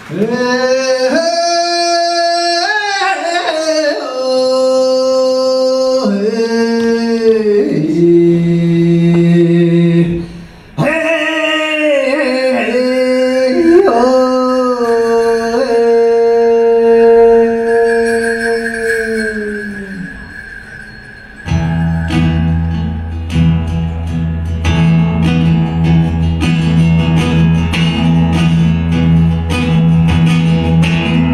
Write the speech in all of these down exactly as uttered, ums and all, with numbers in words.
哎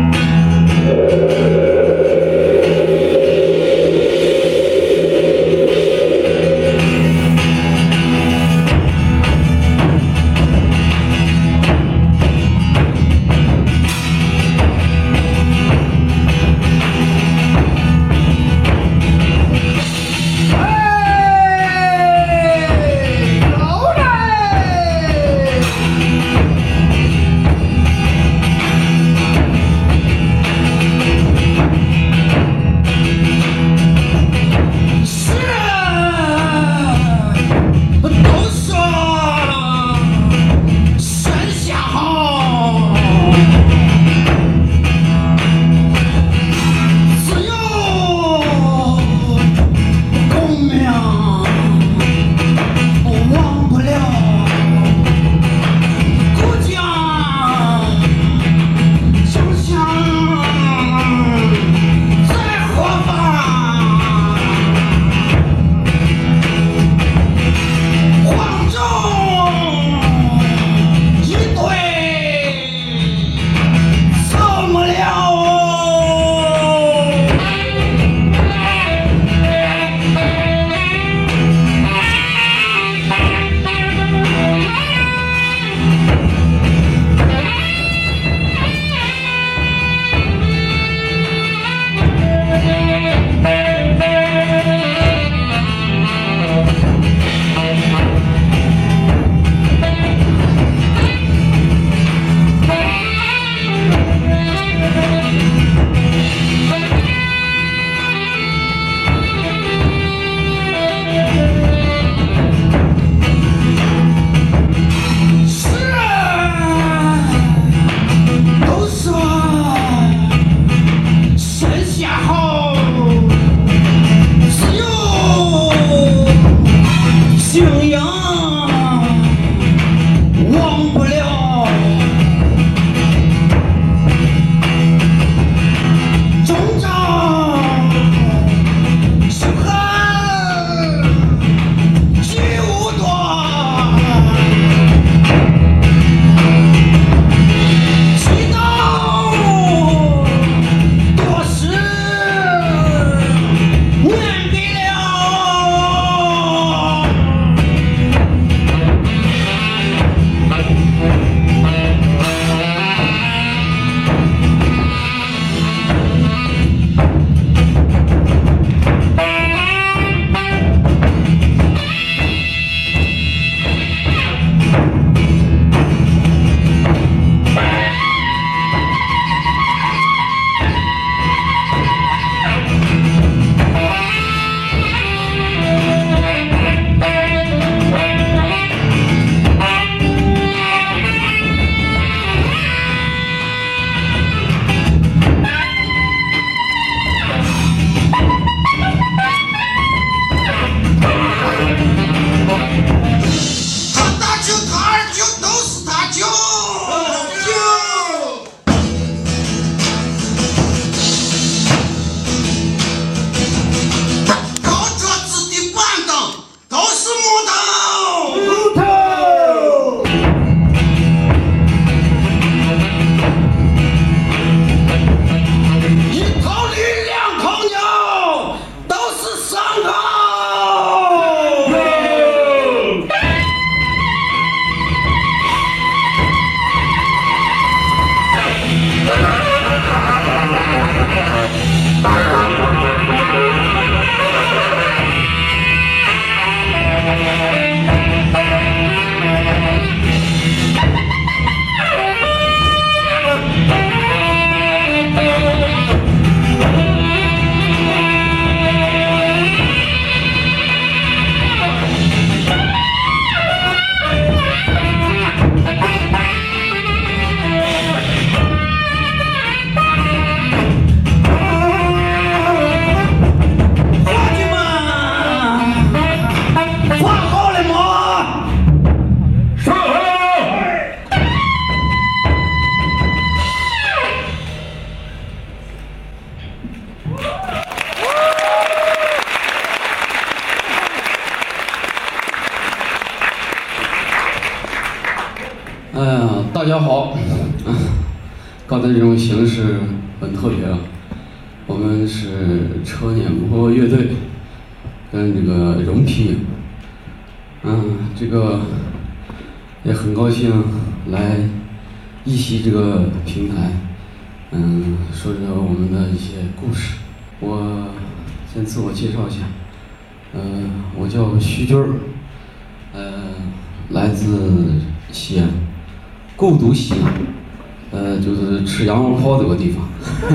呃，大家好，刚才这种形式很特别啊。我们是车碾坡乐队跟这个荣皮，嗯，这个也很高兴来一席这个平台，嗯，说说我们的一些故事。我先自我介绍一下，呃，我叫徐军儿，呃，来自西安，故都西安，呃，就是吃羊肉泡这个地方。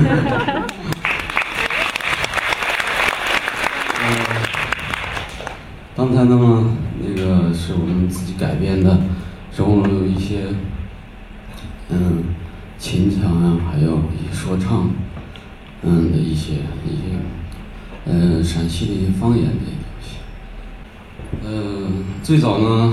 呃，刚才呢，那个是我们自己改编的，融入一些嗯秦腔啊，还有一些说唱，嗯的一些一些呃陕西的一些方言的一些东西。呃，最早呢，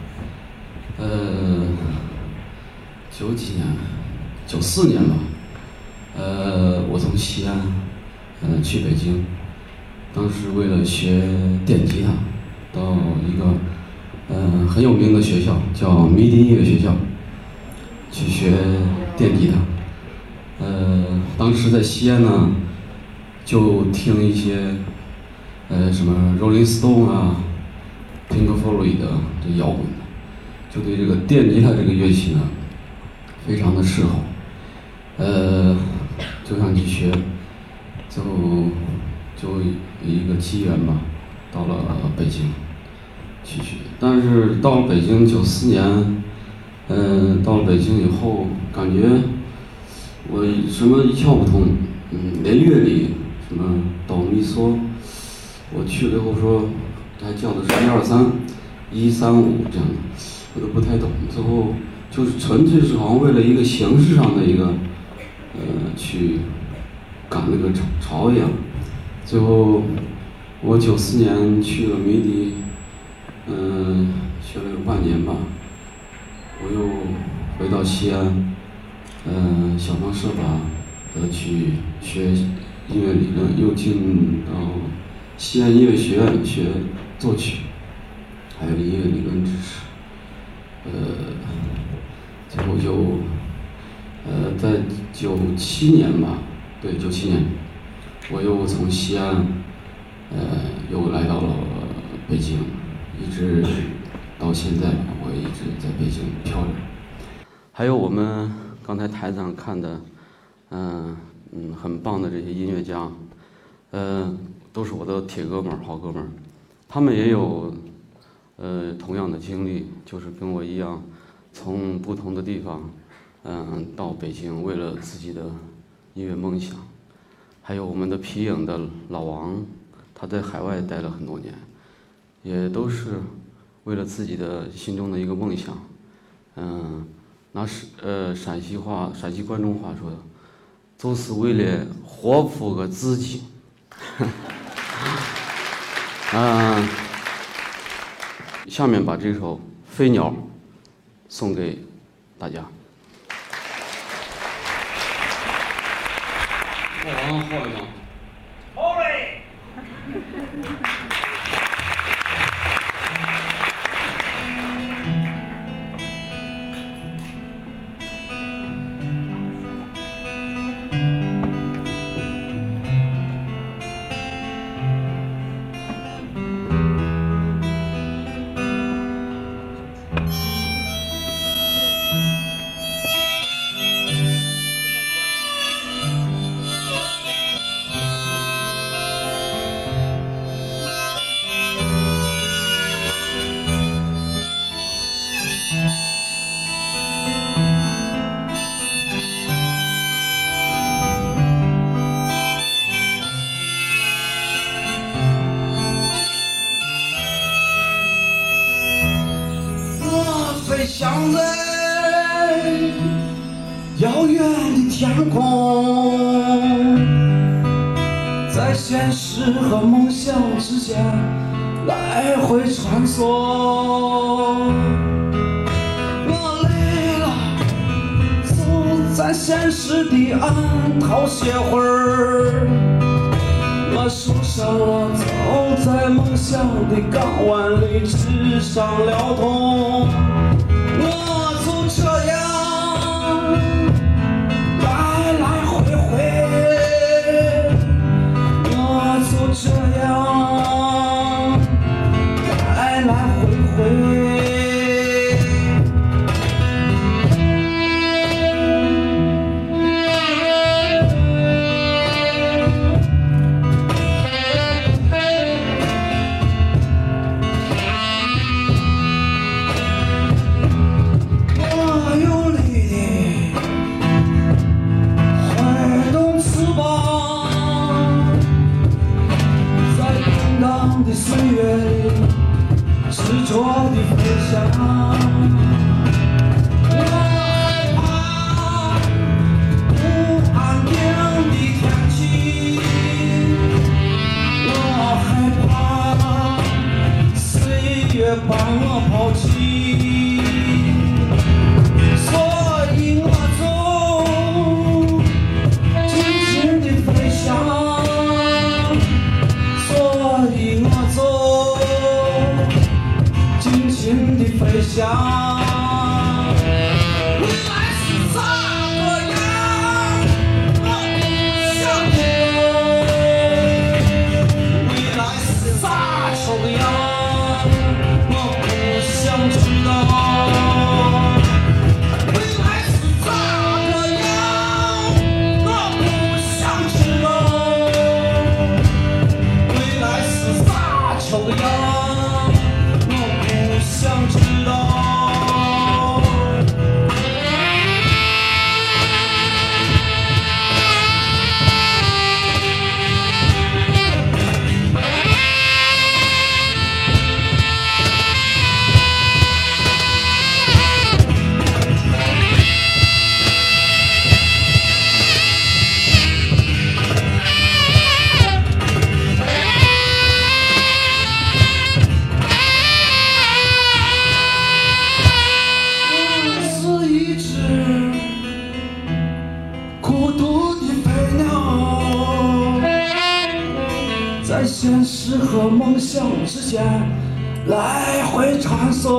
呃，九几年，九四年吧，呃，我从西安，呃，去北京，当时为了学电吉他，到一个，呃，很有名的学校，叫迷笛音乐学校，去学电吉他。呃，当时在西安呢，就听一些，呃，什么 Rolling Stone 啊，Pink Floyd 的这摇滚的。就对这个电吉他这个乐器呢，非常的适合，呃，就想去学，就就一个机缘吧，到了北京去学。但是到了北京九四年，嗯、呃，到了北京以后，感觉我什么一窍不通，嗯，连乐理什么哆咪嗦，我去了以后说，还叫的是一二三，一三五这样的。我都不太懂，最后就是纯粹是好像为了一个形式上的一个，呃，去赶那个潮潮一样。最后我九四年去了迷笛，嗯、呃，学了有半年吧，我又回到西安，嗯、呃，想方设法的去学音乐理论，又进到西安音乐学院学作曲，还有音乐理论知识。呃，最后就，呃，在九七年吧，对，九七年，我又从西安，呃，又来到了北京，一直到现在，我一直在北京漂着。还有我们刚才台上看的，嗯、呃、嗯，很棒的这些音乐家，呃，都是我的铁哥们儿、好哥们儿，他们也有。呃，同样的经历，就是跟我一样，从不同的地方，嗯、呃，到北京，为了自己的音乐梦想。还有我们的皮影的老王，他在海外待了很多年，也都是为了自己的心中的一个梦想。嗯、呃，拿是呃陕西话、陕西关中话说的，就是为了活出个自己。啊。下面把这首《飞鸟》送给大家。我往上号一张。好嘞。 想在遥远的天空，在现实和梦想之间来回穿梭。我累了，走在现实的岸头歇会儿。我受伤了，走在梦想的港湾里，纸上了痛。我就这样实和梦想之间来回穿梭。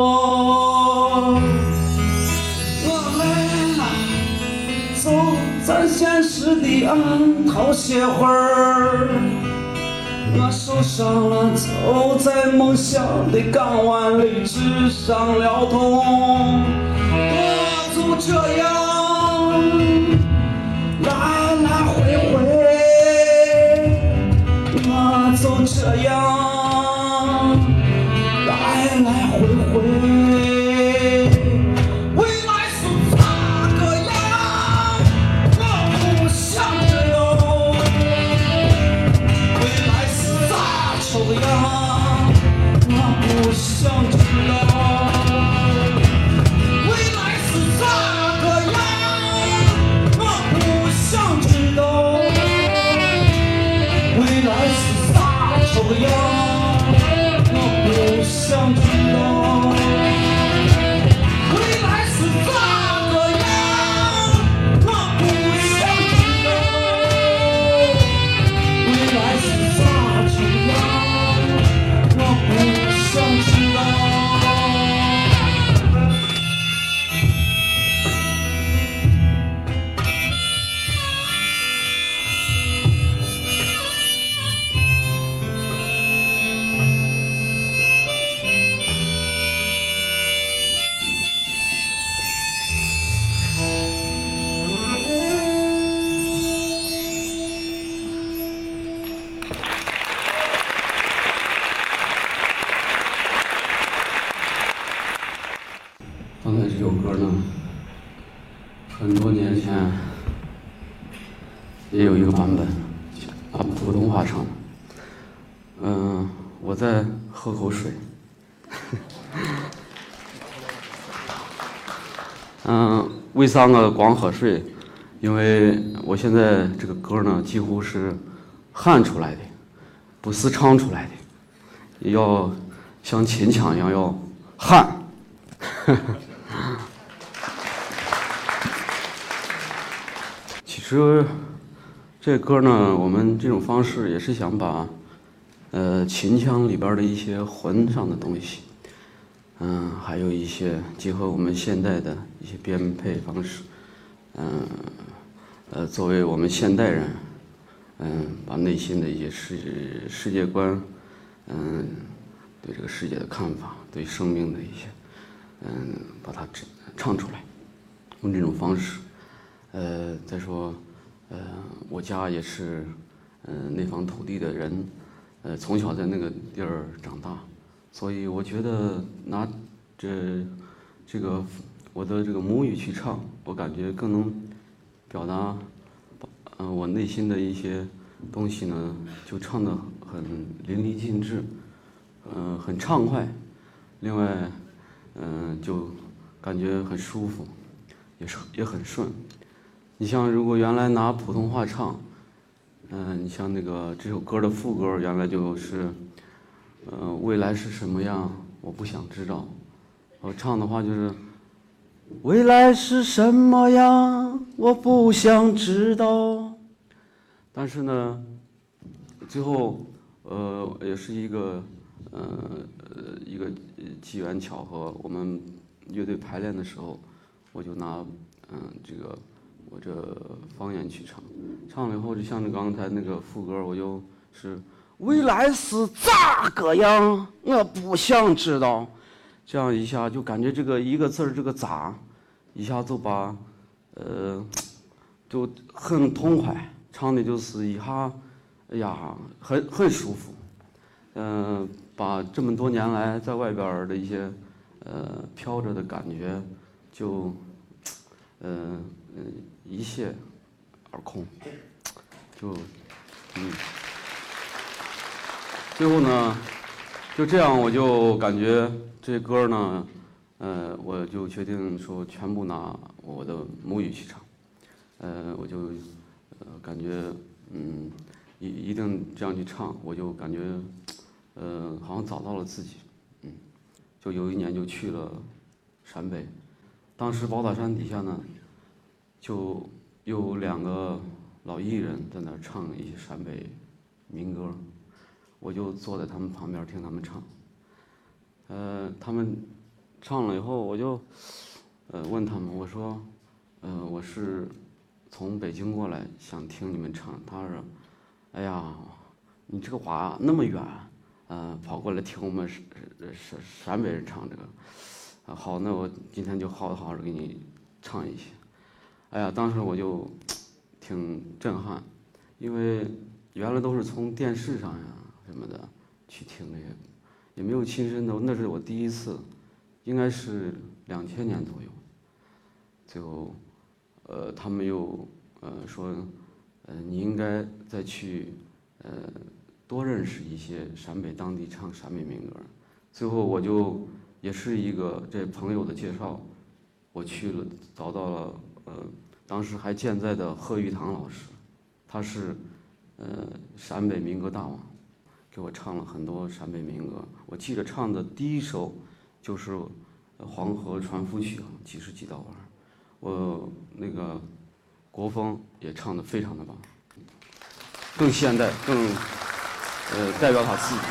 我累了，走在现实的岸头歇会儿。我受伤了，走在梦想的港湾里，纸上了痛。我就这样来来回回，我就这样来来回回。未来是咋个样，我不想知道。未来是咋丑样，我不想知道。未来是咋个样，我不想知道。未来是咋丑样，我不想知道。未来是咋个样，我不想知道。未来是咋丑样，我不想知道。 刚才这首歌呢，很多年前也有一个版本，按普通话唱。嗯，我再喝口水。嗯，为啥我光喝水？因为我现在这个歌呢，几乎是喊出来的，不是唱出来的，要像秦腔一样要喊。其实这歌呢，我们这种方式也是想把呃秦腔里边的一些魂上的东西，嗯、呃，还有一些结合我们现代的一些编配方式，嗯 呃, 呃，作为我们现代人，嗯、呃，把内心的一些世世界观，嗯、呃，对这个世界的看法，对生命的一些，嗯、呃，把它唱出来，用这种方式。呃，再说，呃，我家也是，呃，那方土地的人，呃，从小在那个地儿长大，所以我觉得拿这这个我的这个母语去唱，我感觉更能表达，呃，我内心的一些东西呢，就唱得很淋漓尽致，嗯、呃，很畅快，另外，嗯、呃，就感觉很舒服，也是也很顺。你像如果原来拿普通话唱，嗯、呃，你像那个这首歌的副歌原来就是，呃，未来是什么样，我不想知道。我唱的话就是，未来是什么样，我不想知道。但是呢，最后，呃，也是一个，呃，一个机缘巧合，我们乐队排练的时候，我就拿，嗯、呃，这个。我这方言去唱，唱了以后就像刚才那个副歌，我就是未来是咋个样，我不想知道。这样一下就感觉这个一个字儿这个咋，一下就把，呃，就很痛快，唱的就是一下，哎呀，很很舒服。嗯、呃，把这么多年来在外边的一些，呃，飘着的感觉，就，呃。嗯，一泻而空，就，嗯，最后呢，就这样，我就感觉这歌呢，呃，我就决定说全部拿我的母语去唱，呃，我就，呃，感觉，嗯，一一定这样去唱，我就感觉，呃，好像找到了自己，嗯，就有一年就去了陕北，当时宝塔山底下呢。就有两个老艺人在那儿唱一些陕北民歌， 我就坐在他们旁边听他们唱。呃，他们唱了以后，我就呃问他们，我说，呃，我是从北京过来，想听你们唱。他说，哎呀，你这个话那么远，呃，跑过来听我们陕陕陕北人唱这个，啊，好，那我今天就好好的给你唱一些。哎呀，当时我就挺震撼，因为原来都是从电视上呀什么的去听这些。也没有亲身的，那是我第一次，应该是两千年左右。最后，呃，他们又呃说，呃，你应该再去呃多认识一些陕北当地唱陕北民歌。最后我就也是一个这朋友的介绍，我去了，找到了呃当时还健在的贺玉堂老师，他是呃陕北民歌大王。给我唱了很多陕北民歌，我记得唱的第一首就是《黄河船夫曲》，几十几道弯。我那个国风也唱得非常的棒，更现代，更呃代表他自己。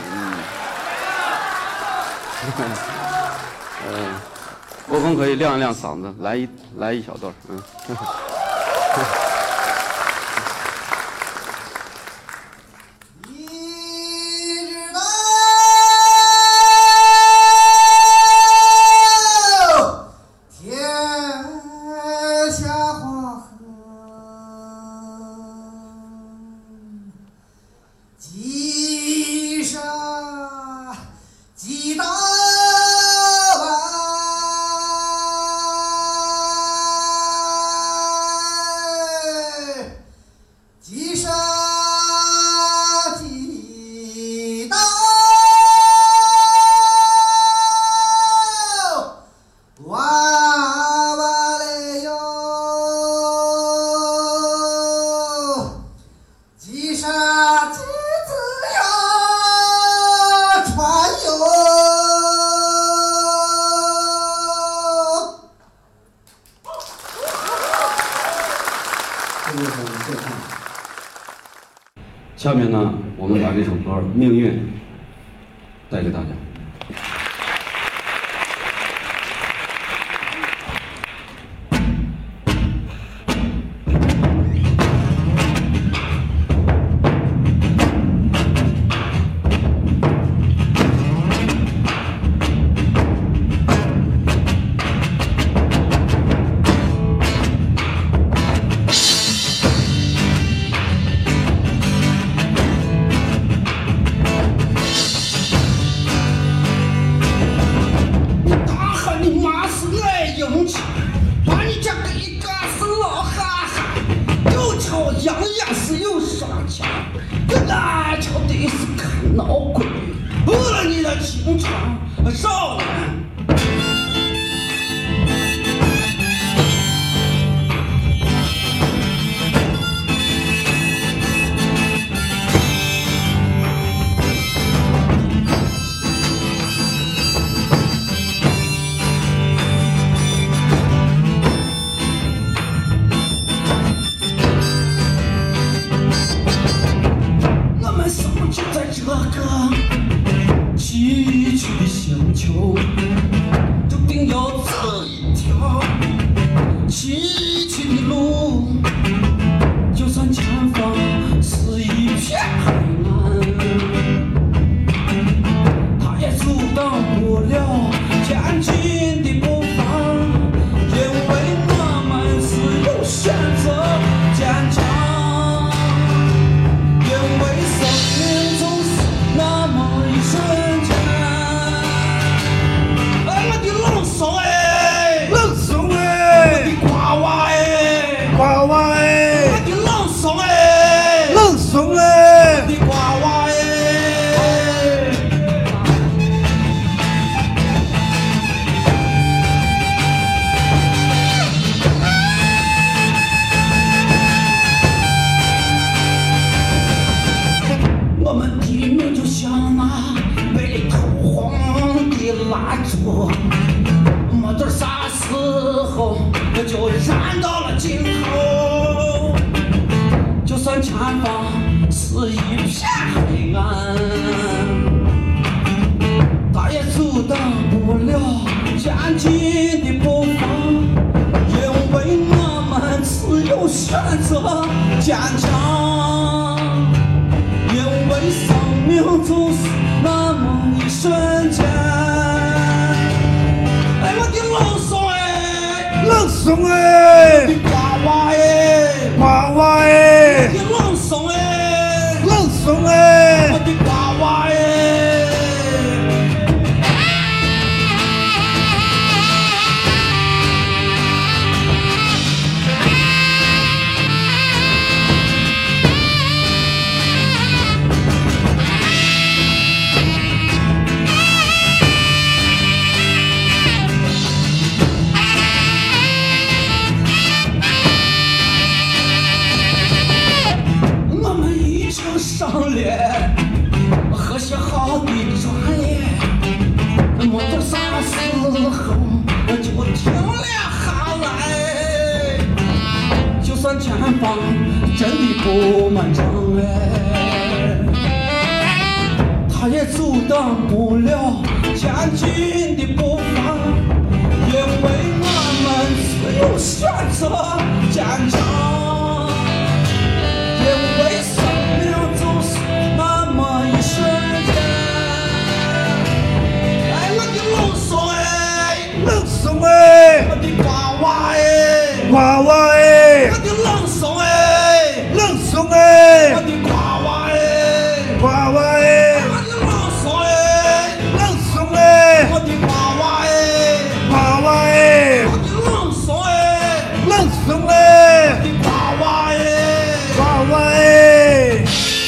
嗯，呃，国风可以亮一亮嗓子，来一来一小段，嗯。下面呢，我们把这首歌《命运》带给大家。 少年。我们生就在这个崎岖的星球，注定要走一条崎岖的路。就算前方是一片黑暗，它也阻挡不了前进的步伐，因为我们是有选择坚强。因为生命总是那么一瞬间。哎，我的冷怂哎，冷怂哎，我的瓜娃哎，瓜娃哎，我的冷怂哎，冷怂哎，我的瓜娃哎。我们的命就像那被透黄的蜡烛，没准啥时候就燃到了尽头。就算前方是一片黑暗。 有选择坚强，因为生命就是那么一瞬间。哎，我的冷怂哎， 冷怂哎， 我的娃娃哎， 娃娃哎， 我的冷怂哎， 冷怂哎， 我的娃娃哎。上脸和谐好的专业，没多啥时候就停了下来。就算前方真的布满障碍，他也阻挡不了前进的步伐，因为我们只有选择坚强，因为生命就是那么一瞬间。哎，我的冷怂哎， 冷怂哎， 我的娃娃哎， 娃娃哎， 我的冷怂哎， 冷怂哎， 我的娃娃哎， 娃娃哎， 我的冷怂哎， 冷怂哎， 我的娃娃哎， 娃娃哎， 我的冷怂哎， 冷怂哎， 我的娃娃哎， 娃娃哎。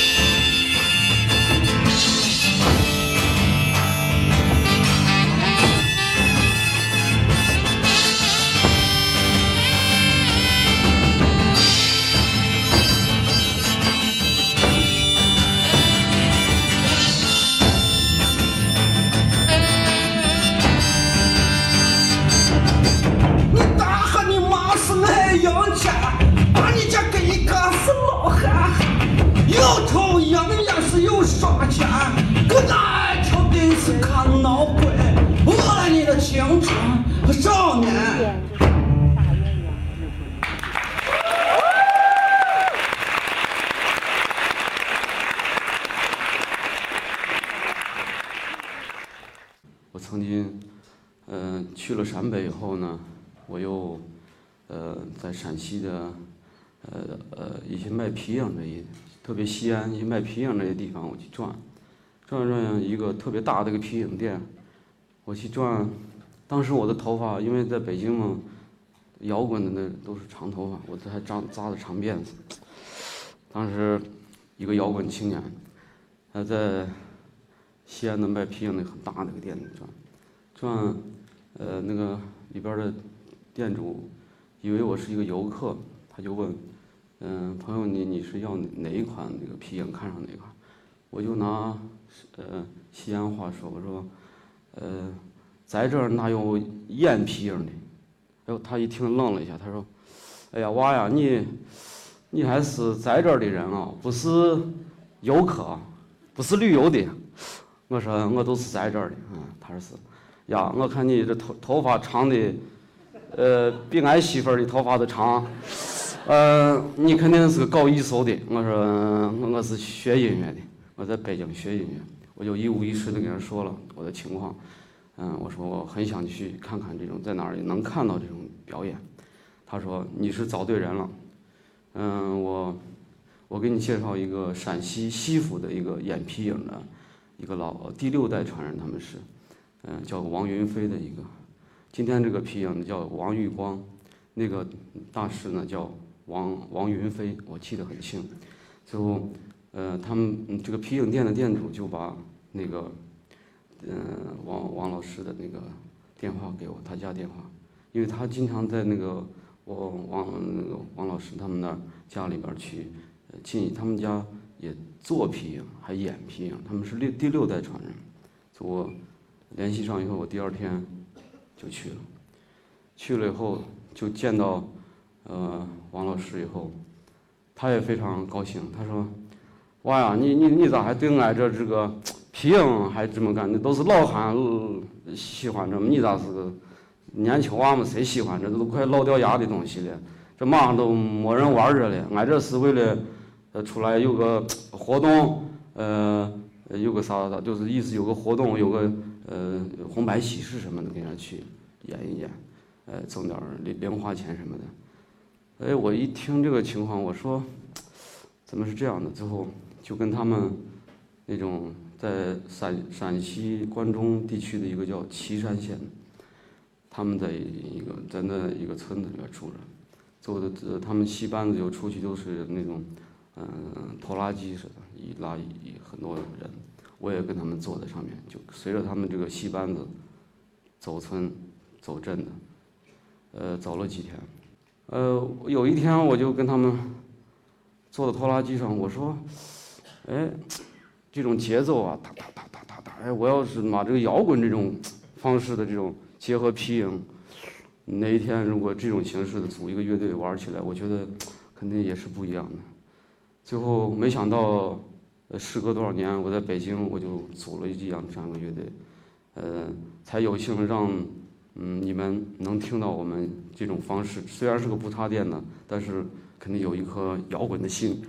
你大和你妈是爱赢家，把你家给一个是老汉，有头羊也是有耍钱，更爱抽的是看闹鬼，饿了你的青春和少年。 我曾经，嗯、去了陕北以后呢，我又，呃，在陕西的，呃呃一些卖皮影这一，特别西安一些卖皮影这些地方我去转，转转一个特别大的一个皮影店，我去转，当时我的头发因为在北京嘛，摇滚的那都是长头发，我这还扎扎的长辫子，当时一个摇滚青年，他在西安的卖皮影那很大的一个店里转，转，呃，那个里边的店主以为我是一个游客，他就问，嗯、朋友你你是要哪一款那个皮影，看上哪款？我就拿呃西安话说，我说，呃，在这儿哪有演皮影的？哎呦，他一听愣了一下，他说，哎呀娃呀，你你还是在这儿的人啊，不是游客，不是旅游的。我说我都是在这儿的，嗯，他说是，呀，我看你这头头发长的，呃，比俺媳妇儿的头发都长，呃，你肯定是个搞艺术的。我说我是学音乐的，我在北京学音乐，我就一五一十的跟人说了我的情况，嗯，我说我很想去看看这种在哪里能看到这种表演。他说你是找对人了，嗯，我我给你介绍一个陕西西府的一个演皮影的。一个老第六代传人，他们是，嗯、呃，叫王云飞的一个。今天这个皮影叫王玉光，那个大师呢叫王王云飞，我记得很清。最后，呃，他们这个皮影店的店主就把那个，嗯、呃，王王老师的那个电话给我，他家电话，因为他经常在那个我王那个王老师他们那儿家里边去，呃，进他们家。也做皮影，还演皮影，他们是六第六代传人。我联系上以后，我第二天就去了。去了以后就见到呃王老师以后，他也非常高兴。他说：“哇呀，你你你咋还对俺这这个皮影还这么干？那都是老汉喜欢这么，你咋是个年轻娃们谁喜欢这？这都快老掉牙的东西了。 这马上都没人玩着了。俺这是为了，呃，出来有个活动，呃，有个啥啥，就是意思有个活动，有个呃红白喜事什么的，跟人去演一演，呃，挣点零零花钱什么的。哎，我一听这个情况，我说怎么是这样的？最后就跟他们那种在陕陕西关中地区的一个叫岐山县，他们在一个在那一个村子里边住着，做的呃他们戏班子就出去都是那种嗯、呃、拖拉机似的，一拉一很多人，我也跟他们坐在上面，就随着他们这个戏班子走村走镇的，呃走了几天。呃，有一天我就跟他们坐在拖拉机上，我说，哎，这种节奏啊，哒哒哒哒哒哒，哎，我要是把这个摇滚这种方式的这种结合皮影，哪一天如果这种形式的组一个乐队玩起来，我觉得肯定也是不一样的。最后没想到，呃，时隔多少年，我在北京我就组了一样这样一个乐队，呃，才有幸让。嗯，你们能听到我们这种方式，虽然是个不插电的，但是肯定有一颗摇滚的心。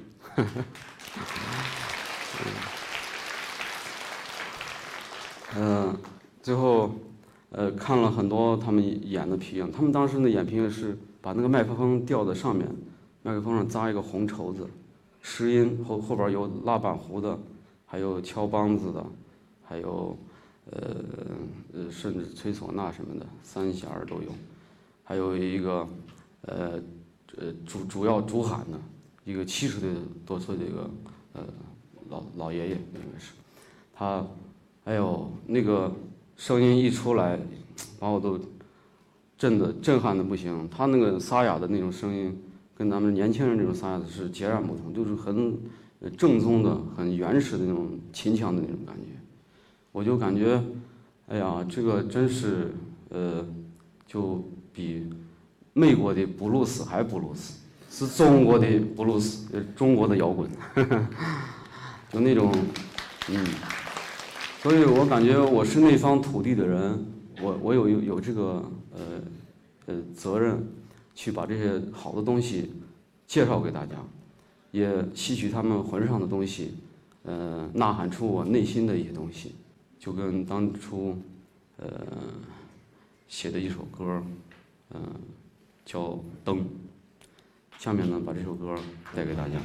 嗯、呃，最后，呃，看了很多他们演的皮影，他们当时的演皮影是把那个麦克风吊在上面，麦克风上扎一个红绸子，拾音后后边有拉板胡的，还有敲梆子的，还有。呃呃，甚至吹唢呐什么的，三弦儿都有，还有一个呃呃主主要主喊的一个七十多岁的一个呃老老爷爷，应该是他，哎呦那个声音一出来，把我都震的震撼的不行。他那个沙哑的那种声音，跟咱们年轻人这种沙哑的是截然不同，就是很正宗的、很原始的那种秦腔的那种感觉。我就感觉，哎呀，这个真是，呃，就比美国的布鲁斯还布鲁斯，是中国的布鲁斯，呃，中国的摇滚，就那种，嗯，所以我感觉我是那方土地的人，我我有有有这个呃呃责任，去把这些好的东西介绍给大家，也吸取他们魂上的东西，呃，呐喊出我内心的一些东西。就跟当初，呃，写的一首歌，嗯、呃，叫《灯》。下面呢，把这首歌带给大家。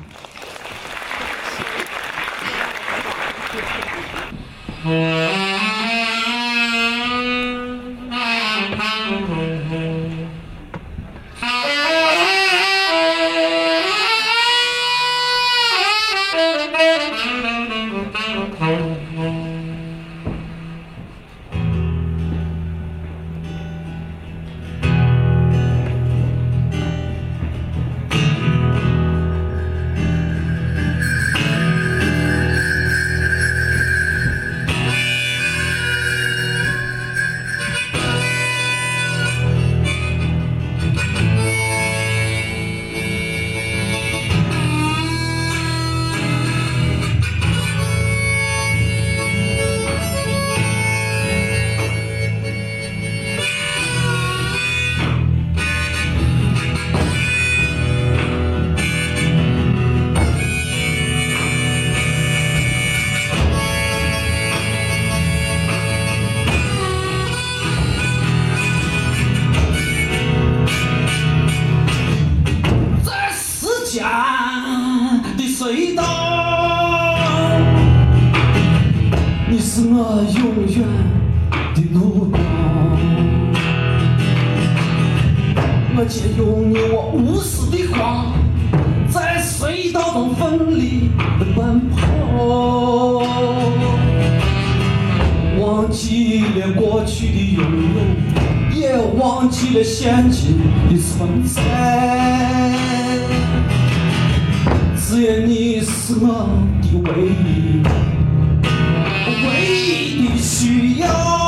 借用你我无私的话，在隧道中奋力的奔跑，忘记了过去的拥有，也忘记了现今的存在。只愿你是我的唯一，唯一的需要。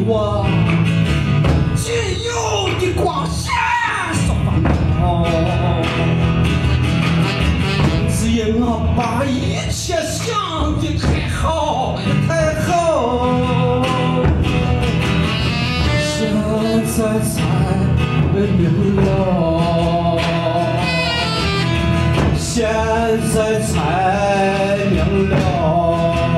我仅有的光线所烦恼，只因我把一切想的太好太好，现在才明了，现在才明了。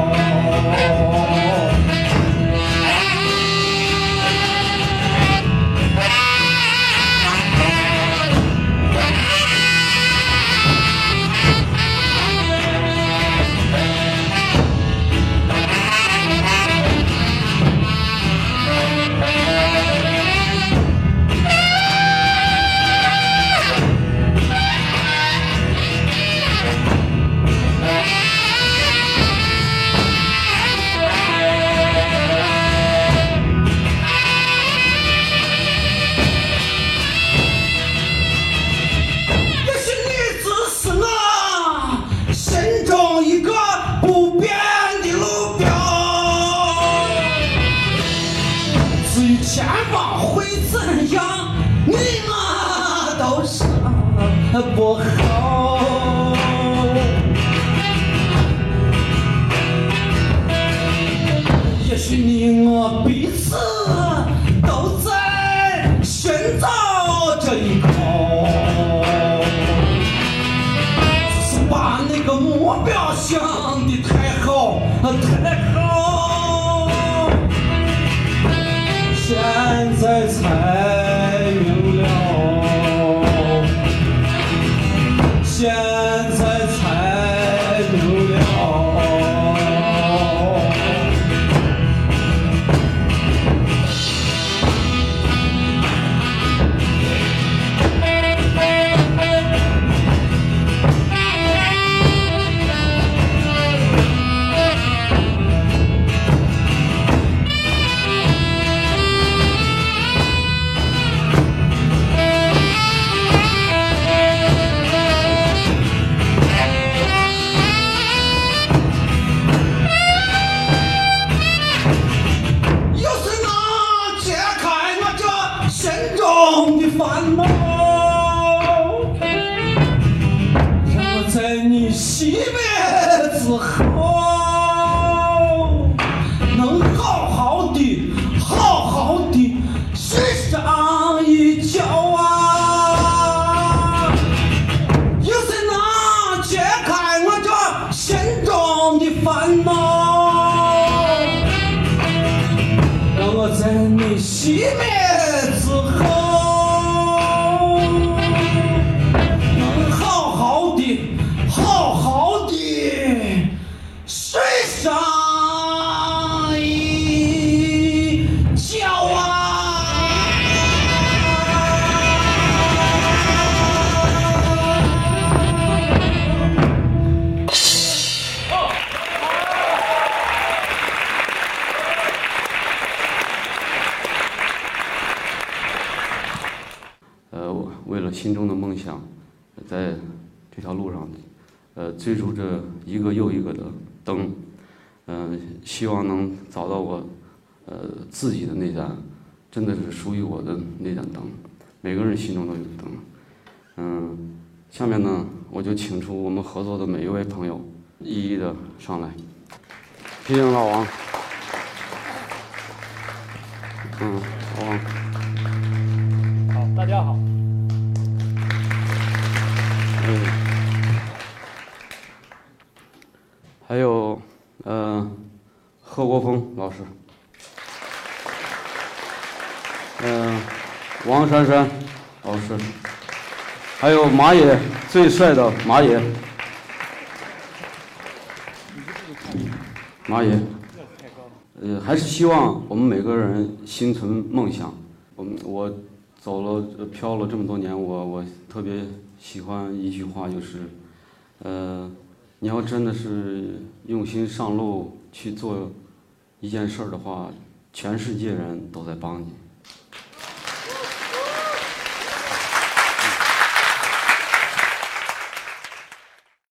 前方会怎样？你我都说不好。也许你我彼此都在寻找这一口，只是把那个目标想的太好，太好。现在才明了，现在才明了。烦恼，让我在你熄灭之后，能好好的、好好的睡上一觉啊！有谁能解开我这心中的烦恼，让我在你熄灭之后。好好的睡上一觉啊！ 呃，我为了心中的梦想，在这条路上。呃，追逐着一个又一个的灯，嗯、呃，希望能找到我，呃，自己的那盏，真的是属于我的那盏灯。每个人心中都有灯。嗯、呃，下面呢，我就请出我们合作的每一位朋友，一一的上来。皮影老王，嗯，老王。 好，大家好。 嗯。还有，呃，贺国锋老师，嗯、呃，王珊珊老师，还有马野最帅的马野，马野，呃，还是希望我们每个人心存梦想。我们我走了飘了这么多年，我我特别喜欢一句话，就是，呃。你要真的是用心上路去做一件事儿的话，全世界人都在帮你。